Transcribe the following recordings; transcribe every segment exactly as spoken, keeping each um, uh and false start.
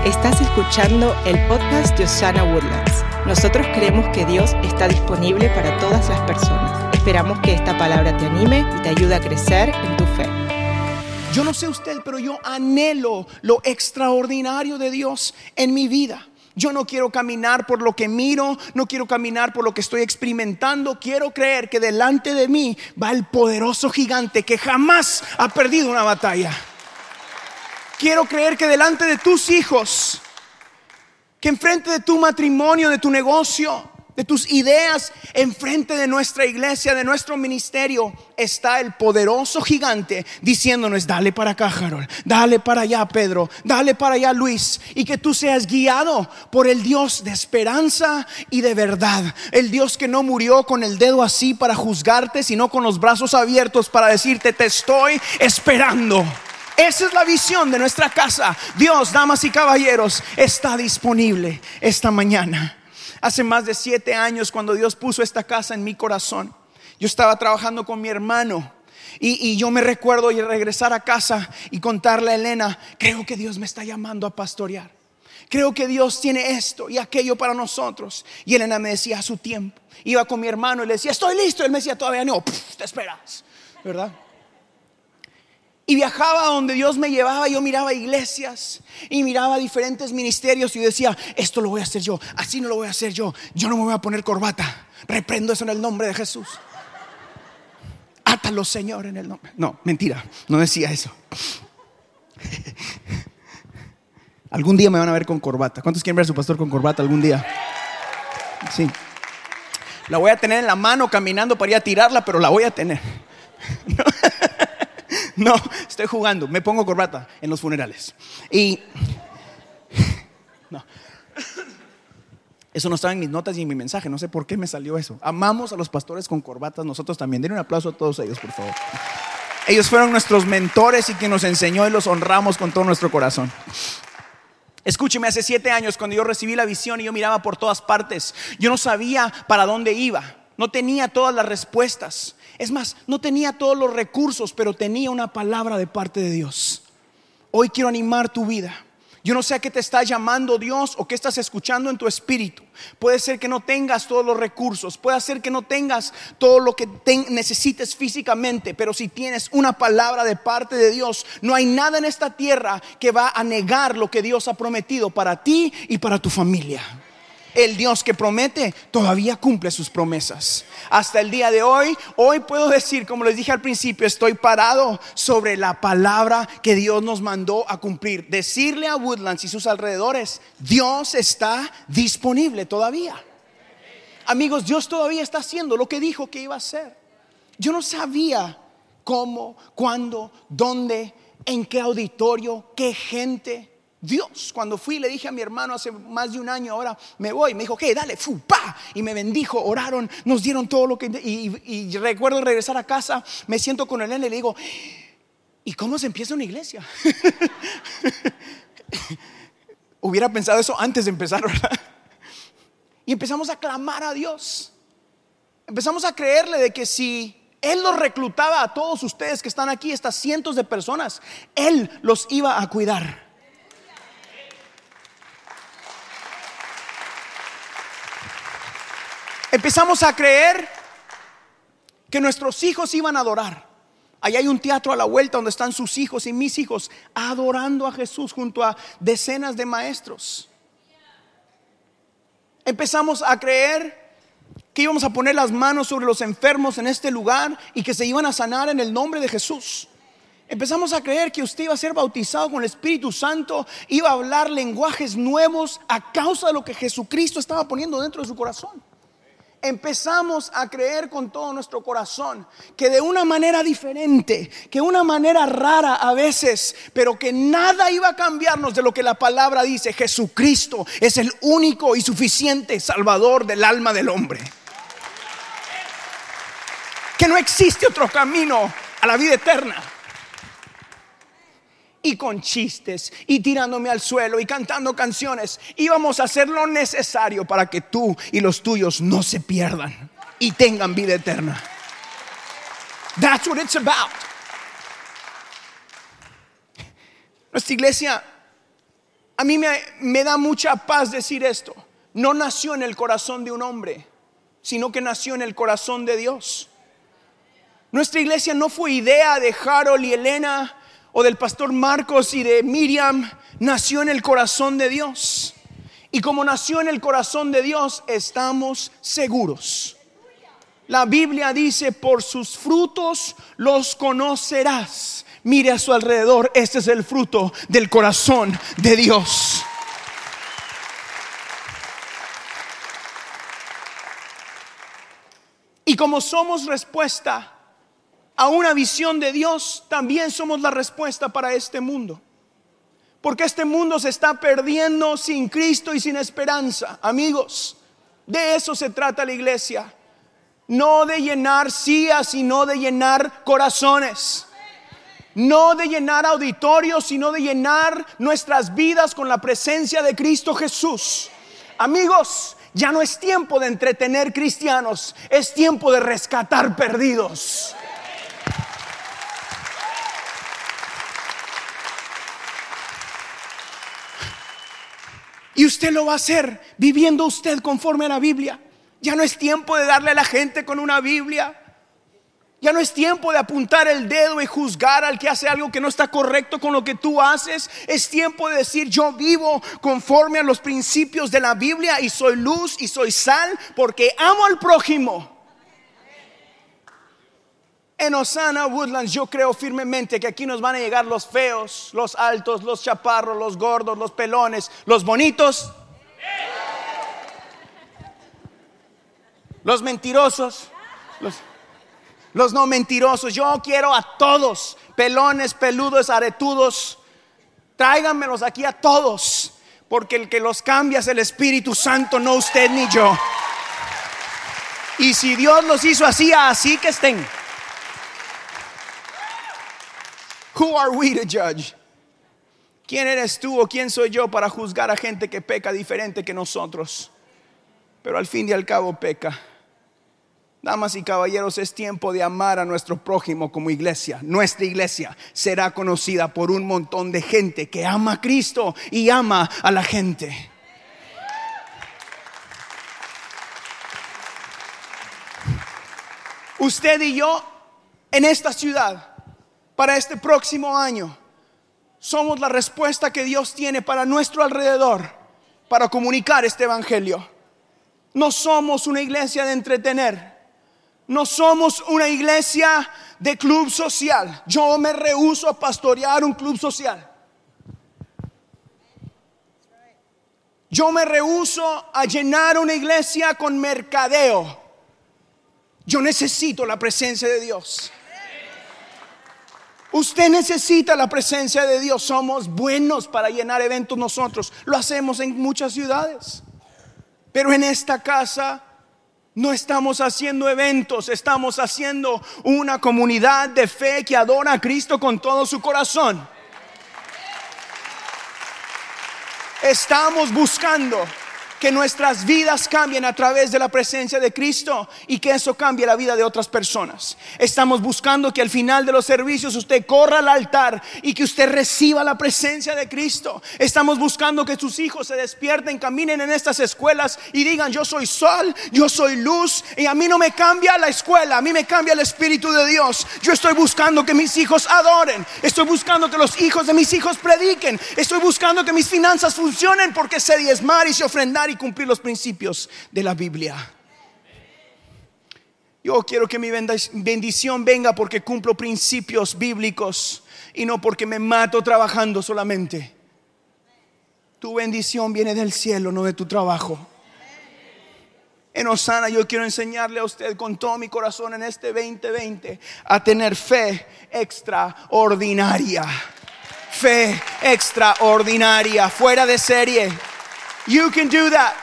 Estás escuchando el podcast de Osana Woodlands. Nosotros creemos que Dios está disponible para todas las personas. Esperamos que esta palabra te anime y te ayude a crecer en tu fe. Yo no sé usted, pero yo anhelo lo extraordinario de Dios en mi vida. Yo no quiero caminar por lo que miro, no quiero caminar por lo que estoy experimentando. Quiero creer que delante de mí va el poderoso gigante que jamás ha perdido una batalla. Quiero creer que delante de tus hijos, que enfrente de tu matrimonio, de tu negocio, de tus ideas, enfrente de nuestra iglesia, de nuestro ministerio, está el poderoso gigante diciéndonos: dale para acá, Harold, dale para allá, Pedro, dale para allá, Luis. Y que tú seas guiado por el Dios de esperanza y de verdad, el Dios que no murió con el dedo así para juzgarte, sino con los brazos abiertos para decirte: te estoy esperando. Esa es la visión de nuestra casa. Dios, damas y caballeros, está disponible esta mañana. Hace más de siete años, cuando Dios puso esta casa en mi corazón, yo estaba trabajando con mi hermano y, y yo me recuerdo y regresar a casa y contarle a Elena: creo que Dios me está llamando a pastorear. Creo que Dios tiene esto y aquello para nosotros. Y Elena me decía: a su tiempo. Iba con mi hermano y le decía: estoy listo. Y él me decía: todavía no. Pff, te esperas, ¿verdad? Y viajaba donde Dios me llevaba. Yo miraba iglesias y miraba diferentes ministerios y decía: esto lo voy a hacer yo, así no lo voy a hacer yo. Yo no me voy a poner corbata. Reprendo eso en el nombre de Jesús. Átalo, Señor, en el nombre. No, mentira, no decía eso. Algún día me van a ver con corbata. ¿Cuántos quieren ver a su pastor con corbata algún día? Sí. La voy a tener en la mano caminando para ir a tirarla, pero la voy a tener. No. No, estoy jugando, me pongo corbata en los funerales. Y no, eso no estaba en mis notas y en mi mensaje. No sé por qué me salió eso. Amamos a los pastores con corbatas, nosotros también. Den un aplauso a todos ellos, por favor. Ellos fueron nuestros mentores y quien nos enseñó, y los honramos con todo nuestro corazón. Escúcheme, hace siete años cuando yo recibí la visión y yo miraba por todas partes, yo no sabía para dónde iba. No tenía todas las respuestas. Es más, no tenía todos los recursos, pero tenía una palabra de parte de Dios. Hoy quiero animar tu vida. Yo no sé a qué te está llamando Dios o qué estás escuchando en tu espíritu. Puede ser que no tengas todos los recursos, puede ser que no tengas todo lo que te necesites físicamente, pero si tienes una palabra de parte de Dios, no hay nada en esta tierra que va a negar lo que Dios ha prometido para ti y para tu familia. El Dios que promete todavía cumple sus promesas. Hasta el día de hoy, hoy puedo decir, como les dije al principio, estoy parado sobre la palabra que Dios nos mandó a cumplir. Decirle a Woodlands y sus alrededores: Dios está disponible todavía. Amigos, Dios todavía está haciendo lo que dijo que iba a hacer. Yo no sabía cómo, cuándo, dónde, en qué auditorio, qué gente. Dios, cuando fui, le dije a mi hermano hace más de un año: ahora me voy. Me dijo: ¿qué? Dale, fu, pa. Y me bendijo, oraron, nos dieron todo lo que. Y, y recuerdo regresar a casa, me siento con Elena y le digo: ¿y cómo se empieza una iglesia? Hubiera pensado eso antes de empezar, ¿verdad? Y empezamos a clamar a Dios. Empezamos a creerle de que si Él los reclutaba a todos ustedes que están aquí, estas cientos de personas, Él los iba a cuidar. Empezamos a creer que nuestros hijos iban a adorar. Allá hay un teatro a la vuelta donde están sus hijos y mis hijos adorando a Jesús junto a decenas de maestros. Empezamos a creer que íbamos a poner las manos sobre los enfermos en este lugar y que se iban a sanar en el nombre de Jesús. Empezamos a creer que usted iba a ser bautizado con el Espíritu Santo, iba a hablar lenguajes nuevos a causa de lo que Jesucristo estaba poniendo dentro de su corazón. Empezamos a creer con todo nuestro corazón que de una manera diferente, que una manera rara a veces, pero que nada iba a cambiarnos de lo que la palabra dice: Jesucristo es el único y suficiente Salvador del alma del hombre. Que no existe otro camino a la vida eterna. Y con chistes y tirándome al suelo y cantando canciones, íbamos a hacer lo necesario para que tú y los tuyos no se pierdan y tengan vida eterna. That's what it's about. Nuestra iglesia A mí me, me da mucha paz decir esto. No nació en el corazón de un hombre, sino que nació en el corazón de Dios. Nuestra iglesia no fue idea de Harold y Elena o del pastor Marcos y de Miriam. Nació en el corazón de Dios. Y como nació en el corazón de Dios, estamos seguros. La Biblia dice: por sus frutos los conocerás. Mire a su alrededor, este es el fruto del corazón de Dios. Y como somos respuesta a una visión de Dios, también somos la respuesta para este mundo. Porque este mundo se está perdiendo sin Cristo y sin esperanza. Amigos, de eso se trata la iglesia. No de llenar sillas, sino de llenar corazones. No de llenar auditorios, sino de llenar nuestras vidas con la presencia de Cristo Jesús. Amigos, ya no es tiempo de entretener cristianos, es tiempo de rescatar perdidos. Y usted lo va a hacer viviendo usted conforme a la Biblia. Ya no es tiempo de darle a la gente con una Biblia. Ya no es tiempo de apuntar el dedo y juzgar al que hace algo que no está correcto con lo que tú haces. Es tiempo de decir: yo vivo conforme a los principios de la Biblia y soy luz y soy sal porque amo al prójimo. En Osana Woodlands yo creo firmemente que aquí nos van a llegar los feos, los altos, los chaparros, los gordos, los pelones, los bonitos, los mentirosos, los... Los no mentirosos. Yo quiero a todos, pelones, peludos, aretudos. Tráiganmelos aquí a todos, porque el que los cambia es el Espíritu Santo, no usted ni yo. Y si Dios los hizo así, así que estén. Who are we to judge? ¿Quién eres tú o quién soy yo para juzgar a gente que peca diferente que nosotros? Pero al fin y al cabo peca. Damas y caballeros, es tiempo de amar a nuestro prójimo como iglesia. Nuestra iglesia será conocida por un montón de gente que ama a Cristo y ama a la gente. Usted y yo en esta ciudad, para este próximo año, somos la respuesta que Dios tiene para nuestro alrededor para comunicar este evangelio. No somos una iglesia de entretener. No somos una iglesia de club social. Yo me rehúso a pastorear un club social. Yo me rehúso a llenar una iglesia con mercadeo. Yo necesito la presencia de Dios. Usted necesita la presencia de Dios. Somos buenos para llenar eventos nosotros. Lo hacemos en muchas ciudades. Pero en esta casa no estamos haciendo eventos, estamos haciendo una comunidad de fe que adora a Cristo con todo su corazón. Estamos buscando que nuestras vidas cambien a través de la presencia de Cristo y que eso cambie la vida de otras personas. Estamos buscando que al final de los servicios usted corra al altar y que usted reciba la presencia de Cristo. Estamos buscando que sus hijos se despierten, caminen en estas escuelas y digan: yo soy sol, yo soy luz, y a mí no me cambia la escuela, a mí me cambia el Espíritu de Dios. Yo estoy buscando que mis hijos adoren, estoy buscando que los hijos de mis hijos prediquen, estoy buscando que mis finanzas funcionen porque sé diezmar y sé ofrendar y cumplir los principios de la Biblia. Yo quiero que mi bendición venga porque cumplo principios bíblicos y no porque me mato trabajando solamente. Tu bendición viene del cielo, no de tu trabajo. En Osana yo quiero enseñarle a usted con todo mi corazón en este veinte veinte a tener fe extraordinaria. Fe extraordinaria, fuera de serie. You can do that.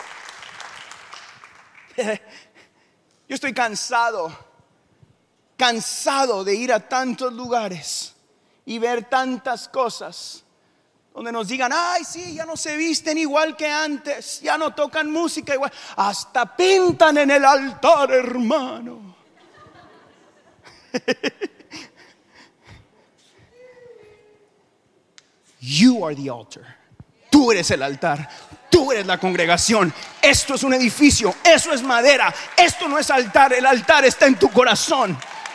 Yo estoy cansado, cansado de ir a tantos lugares y ver tantas cosas donde nos digan: ay, sí, ya no se visten igual que antes, ya no tocan música igual, hasta pintan en el altar, hermano. You are the altar. Tú Tú eres el altar. Tú eres la congregación. Esto es un edificio. Eso es madera. Esto no es altar. El altar está en tu corazón.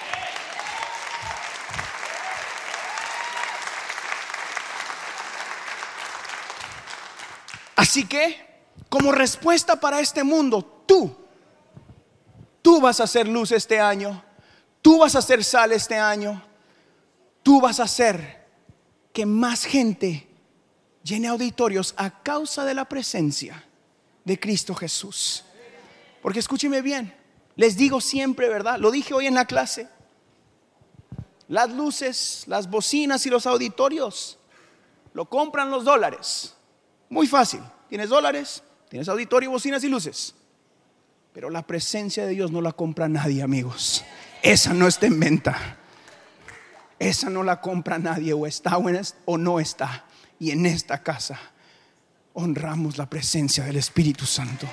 Así que, como respuesta para este mundo, tú, tú vas a ser luz este año. Tú vas a ser sal este año. Tú vas a hacer que más gente llene auditorios a causa de la presencia de Cristo Jesús. Porque escúcheme bien, les digo siempre, ¿verdad? Lo dije hoy en la clase. Las luces, las bocinas y los auditorios lo compran los dólares. Muy fácil. Tienes dólares, tienes auditorio, bocinas y luces. Pero la presencia de Dios no la compra nadie, amigos. Esa no está en venta. Esa no la compra nadie. O está o no está. Y en esta casa honramos la presencia del Espíritu Santo.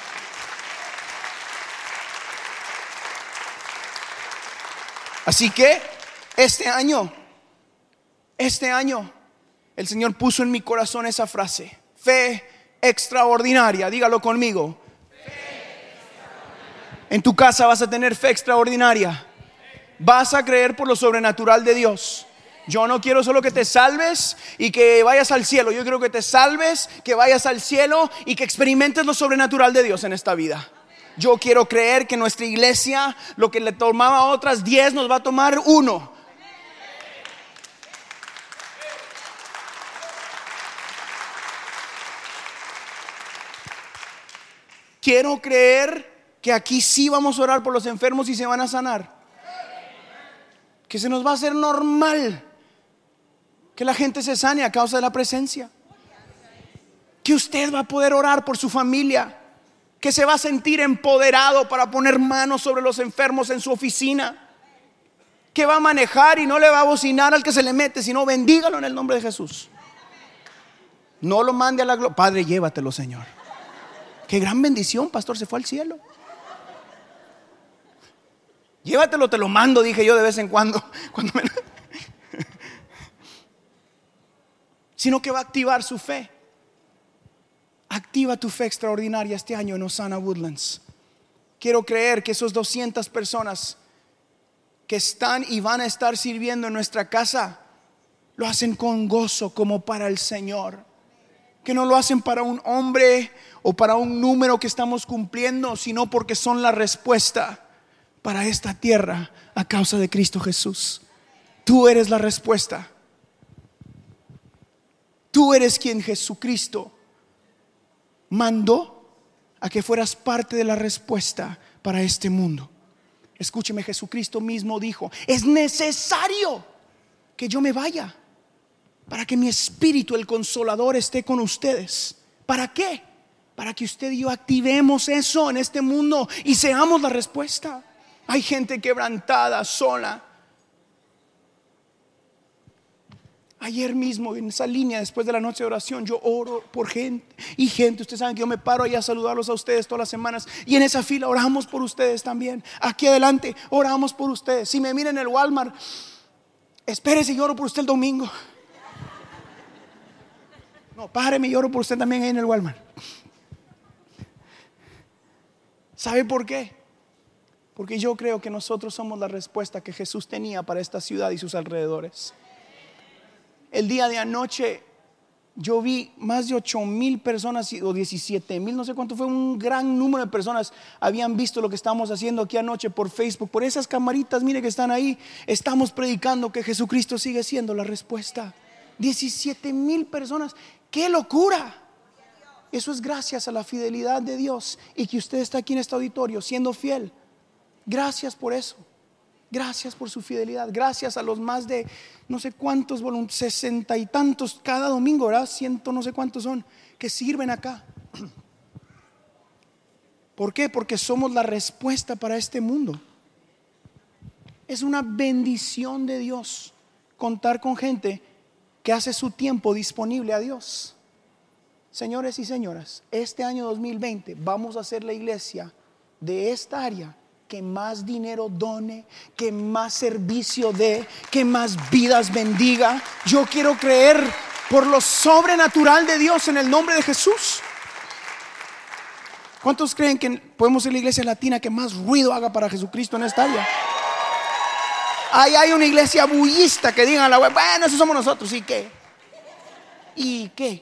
Así que este año, este año, el Señor puso en mi corazón esa frase: fe extraordinaria. Dígalo conmigo. Fe extraordinaria. En tu casa vas a tener fe extraordinaria. Vas a creer por lo sobrenatural de Dios. Yo no quiero solo que te salves y que vayas al cielo. Yo quiero que te salves, que vayas al cielo y que experimentes lo sobrenatural de Dios en esta vida. Yo quiero creer que nuestra iglesia, lo que le tomaba a otras diez, nos va a tomar uno. Quiero creer que aquí sí vamos a orar por los enfermos y se van a sanar. Que se nos va a hacer normal que la gente se sane a causa de la presencia. Que usted va a poder orar por su familia. Que se va a sentir empoderado para poner manos sobre los enfermos en su oficina. Que va a manejar y no le va a bocinar al que se le mete, sino bendígalo en el nombre de Jesús. No lo mande a la gloria. Padre, llévatelo, Señor. Qué gran bendición, pastor, se fue al cielo. Llévatelo, te lo mando, dije yo de vez en cuando, cuando me... Sino que va a activar su fe. Activa tu fe extraordinaria este año en Hosanna Woodlands. Quiero creer que esos doscientas personas que están y van a estar sirviendo en nuestra casa lo hacen con gozo como para el Señor. Que no lo hacen para un hombre o para un número que estamos cumpliendo, sino porque son la respuesta para esta tierra a causa de Cristo Jesús. Tú eres la respuesta. Tú eres quien Jesucristo mandó a que fueras parte de la respuesta para este mundo. Escúcheme, Jesucristo mismo dijo: es necesario que yo me vaya para que mi Espíritu, el Consolador, esté con ustedes. ¿Para qué? Para que usted y yo activemos eso en este mundo y seamos la respuesta. Hay gente quebrantada, sola. Ayer mismo en esa línea, después de la noche de oración, yo oro por gente y gente. Ustedes saben que yo me paro ahí a saludarlos a ustedes todas las semanas. Y en esa fila oramos por ustedes también. Aquí adelante oramos por ustedes. Si me miran en el Walmart, espérese y oro por usted el domingo. No, páreme y oro por usted también ahí en el Walmart. ¿Sabe por qué? Porque yo creo que nosotros somos la respuesta que Jesús tenía para esta ciudad y sus alrededores. El día de anoche yo vi más de ocho mil personas o diecisiete mil, no sé cuánto fue, un gran número de personas habían visto lo que estamos haciendo aquí anoche por Facebook, por esas camaritas, mire que están ahí. Estamos predicando que Jesucristo sigue siendo la respuesta. diecisiete mil personas, ¡qué locura! Eso es gracias a la fidelidad de Dios y que usted está aquí en este auditorio siendo fiel. Gracias por eso. Gracias por su fidelidad. Gracias a los más de no sé cuántos, sesenta y tantos cada domingo, ¿verdad? Ciento no sé cuántos son que sirven acá. ¿Por qué? Porque somos la respuesta para este mundo. Es una bendición de Dios contar con gente que hace su tiempo disponible a Dios. Señores y señoras, este año dos mil veinte vamos a ser la iglesia de esta área que más dinero done, que más servicio dé, que más vidas bendiga. Yo quiero creer por lo sobrenatural de Dios en el nombre de Jesús. ¿Cuántos creen que podemos ser la iglesia latina que más ruido haga para Jesucristo en esta área? Ahí hay una iglesia bullista que digan a la web, bueno, esos somos nosotros, ¿y qué? ¿Y qué?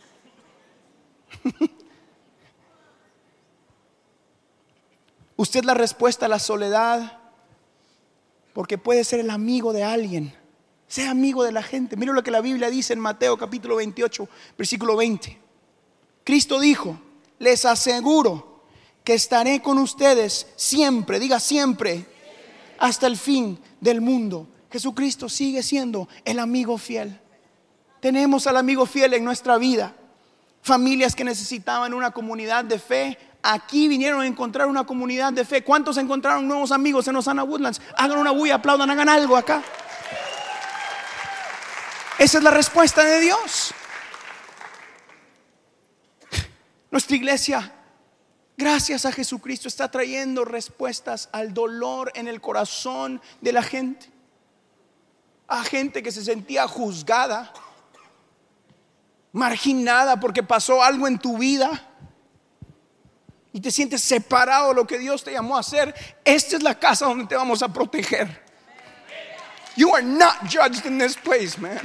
Usted es la respuesta a la soledad, porque puede ser el amigo de alguien. Sea amigo de la gente. Mira lo que la Biblia dice en Mateo capítulo veintiocho, versículo veinte. Cristo dijo: les aseguro que estaré con ustedes siempre, diga siempre, hasta el fin del mundo. Jesucristo sigue siendo el amigo fiel. Tenemos al amigo fiel en nuestra vida. Familias que necesitaban una comunidad de fe, aquí vinieron a encontrar una comunidad de fe. ¿Cuántos encontraron nuevos amigos en Osana Woodlands? Hagan una bulla, aplaudan, hagan algo acá. Esa es la respuesta de Dios. Nuestra iglesia, gracias a Jesucristo, está trayendo respuestas al dolor en el corazón de la gente. A gente que se sentía juzgada, marginada porque pasó algo en tu vida y te sientes separado de lo que Dios te llamó a hacer. Esta es la casa donde te vamos a proteger. You are not judged in this place, man.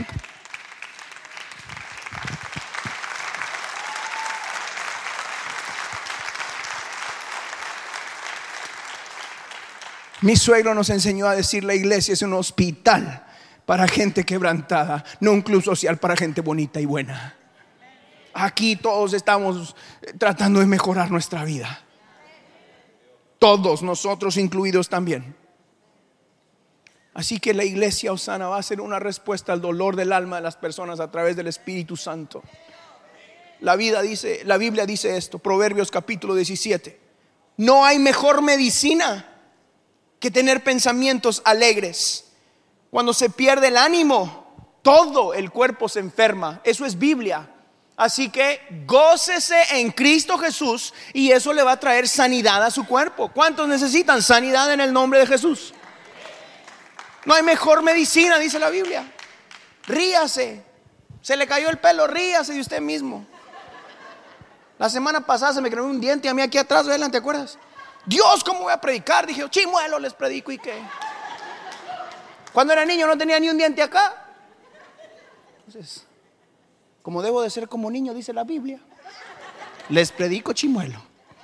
Mi suegro nos enseñó a decir: la iglesia es un hospital para gente quebrantada, no un club social para gente bonita y buena. Aquí todos estamos tratando de mejorar nuestra vida, todos nosotros incluidos también. Así que la iglesia Osana va a ser una respuesta al dolor del alma de las personas a través del Espíritu Santo. La vida dice, la Biblia dice esto, Proverbios capítulo diecisiete: no hay mejor medicina que tener pensamientos alegres. Cuando se pierde el ánimo, todo el cuerpo se enferma. Eso es Biblia. Así que gócese en Cristo Jesús y eso le va a traer sanidad a su cuerpo. ¿Cuántos necesitan sanidad en el nombre de Jesús? No hay mejor medicina, dice la Biblia. Ríase. Se le cayó el pelo, ríase de usted mismo. La semana pasada se me cayó un diente a mí aquí atrás, ¿verdad? ¿Te acuerdas? Dios, ¿cómo voy a predicar? Dije, chimuelo, les predico y qué. Cuando era niño no tenía ni un diente acá. Entonces, como debo de ser como niño, dice la Biblia, les predico chimuelo.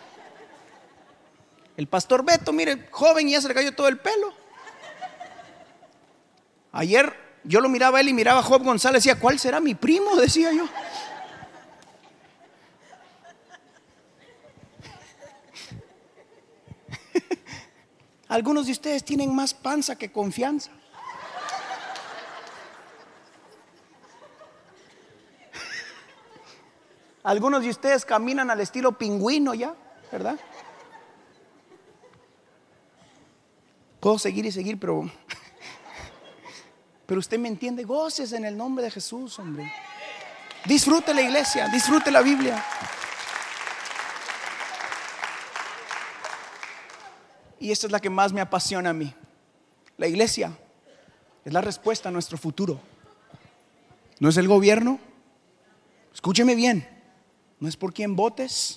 El pastor Beto, mire, joven, y ya se le cayó todo el pelo. Ayer yo lo miraba a él y miraba a Job González y decía, ¿cuál será mi primo? Decía yo. Algunos de ustedes tienen más panza que confianza. Algunos de ustedes caminan al estilo pingüino ya, ¿verdad? Puedo seguir y seguir, pero Pero usted me entiende. Goces en el nombre de Jesús, hombre. Disfrute la iglesia, disfrute la Biblia. Y esta es la que más me apasiona a mí. La iglesia es la respuesta a nuestro futuro. No es el gobierno. Escúcheme bien. No es por quién votes.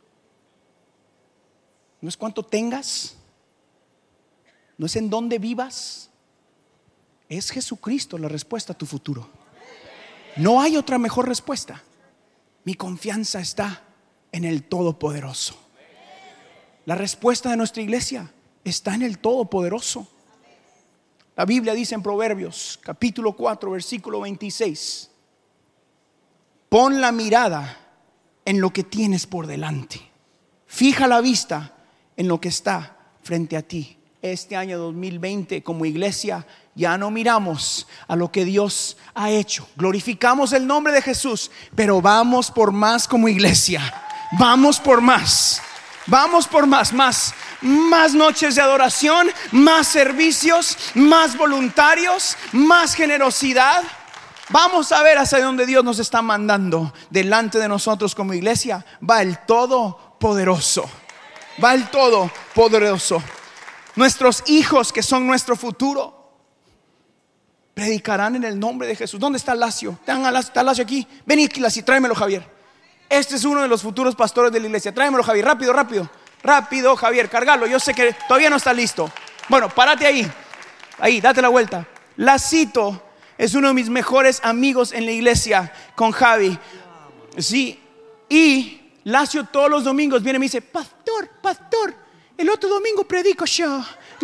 No es cuánto tengas. No es en dónde vivas. Es Jesucristo la respuesta a tu futuro. No hay otra mejor respuesta. Mi confianza está en el Todopoderoso. La respuesta de nuestra iglesia está en el Todopoderoso. La Biblia dice en Proverbios capítulo cuatro versículo veintiséis: pon la mirada en lo que tienes por delante. Fija la vista en lo que está frente a ti. Este año dos mil veinte como iglesia ya no miramos a lo que Dios ha hecho. Glorificamos el nombre de Jesús, pero vamos por más como iglesia. Vamos por más. Vamos por más, más, más noches de adoración, más servicios, más voluntarios, más generosidad. Vamos a ver hacia dónde Dios nos está mandando. Delante de nosotros como iglesia va el Todopoderoso. Va el Todopoderoso. Nuestros hijos que son nuestro futuro. predicarán en el nombre de Jesús. ¿Dónde está Lacio? ¿Está Lacio aquí? Ven aquí, Lacio, tráemelo, Javier. Este es uno de los futuros pastores de la iglesia. Tráemelo, Javier, rápido, rápido. Rápido, Javier, cargalo. Yo sé que todavía no está listo. Bueno, párate ahí. Ahí, date la vuelta. Lacito es uno de mis mejores amigos en la iglesia con Javi. Sí. Y Lacio todos los domingos viene y me dice: pastor, pastor, el otro domingo predico yo.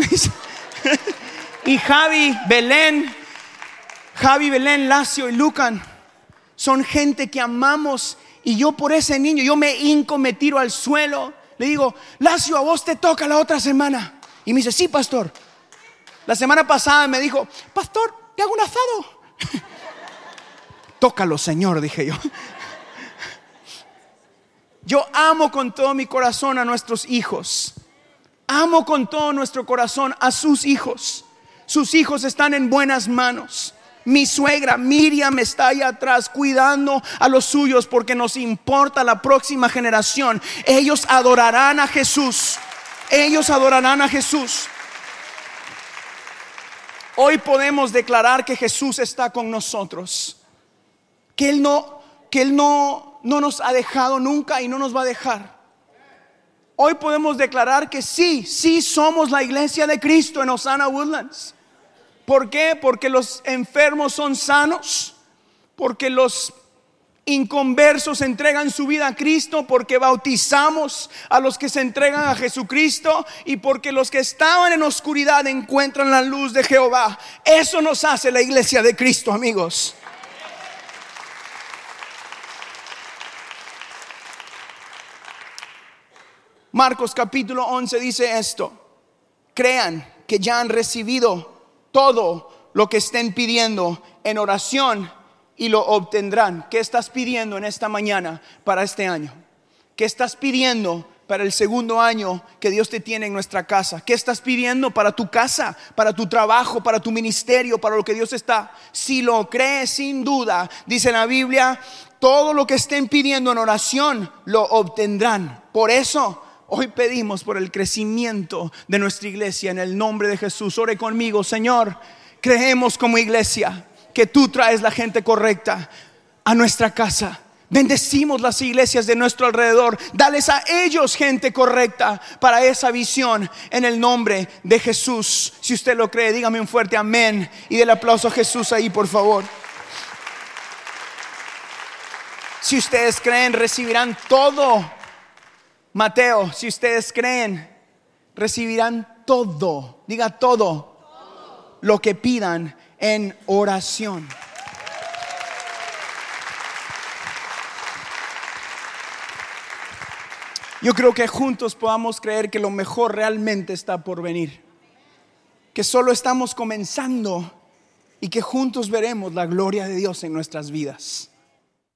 Y Javi, Belén, Javi, Belén, Lacio y Lucan son gente que amamos. Y yo por ese niño, yo me hinco, me tiro al suelo. Le digo: Lacio, a vos te toca la otra semana. Y me dice: sí, pastor. La semana pasada me dijo: pastor, ¿te hago un asado? Tócalo, Señor, dije yo. Yo amo con todo mi corazón a nuestros hijos. Amo con todo nuestro corazón a sus hijos. Sus hijos están en buenas manos. Mi suegra Miriam está ahí atrás cuidando a los suyos, porque nos importa la próxima generación. Ellos adorarán a Jesús. Ellos adorarán a Jesús. Hoy podemos declarar que Jesús está con nosotros. Que Él no, que Él no, no nos ha dejado nunca y no nos va a dejar. Hoy podemos declarar que sí, sí somos la iglesia de Cristo en Hosanna Woodlands. ¿Por qué? Porque los enfermos son sanos, porque los inconversos entregan su vida a Cristo, porque bautizamos a los que se entregan a Jesucristo, y porque los que estaban en oscuridad encuentran la luz de Jehová. Eso nos hace la iglesia de Cristo, amigos. Marcos capítulo once dice esto: crean que ya han recibido todo lo que estén pidiendo en oración y lo obtendrán. ¿Qué estás pidiendo en esta mañana para este año? ¿Qué estás pidiendo para el segundo año que Dios te tiene en nuestra casa? ¿Qué estás pidiendo para tu casa, para tu trabajo, para tu ministerio, para lo que Dios está? Si lo crees, sin duda, dice la Biblia, todo lo que estén pidiendo en oración lo obtendrán. Por eso hoy pedimos por el crecimiento de nuestra iglesia en el nombre de Jesús. Ore conmigo. Señor, creemos como iglesia que tú traes la gente correcta a nuestra casa. Bendecimos las iglesias de nuestro alrededor. Dales a ellos gente correcta para esa visión en el nombre de Jesús. Si usted lo cree, dígame un fuerte amén y del aplauso a Jesús ahí, por favor. Si ustedes creen, recibirán todo. Mateo, si ustedes creen, recibirán todo. Diga todo, todo lo que pidan en oración. Yo creo que juntos podamos creer que lo mejor realmente está por venir, que solo estamos comenzando y que juntos veremos la gloria de Dios en nuestras vidas.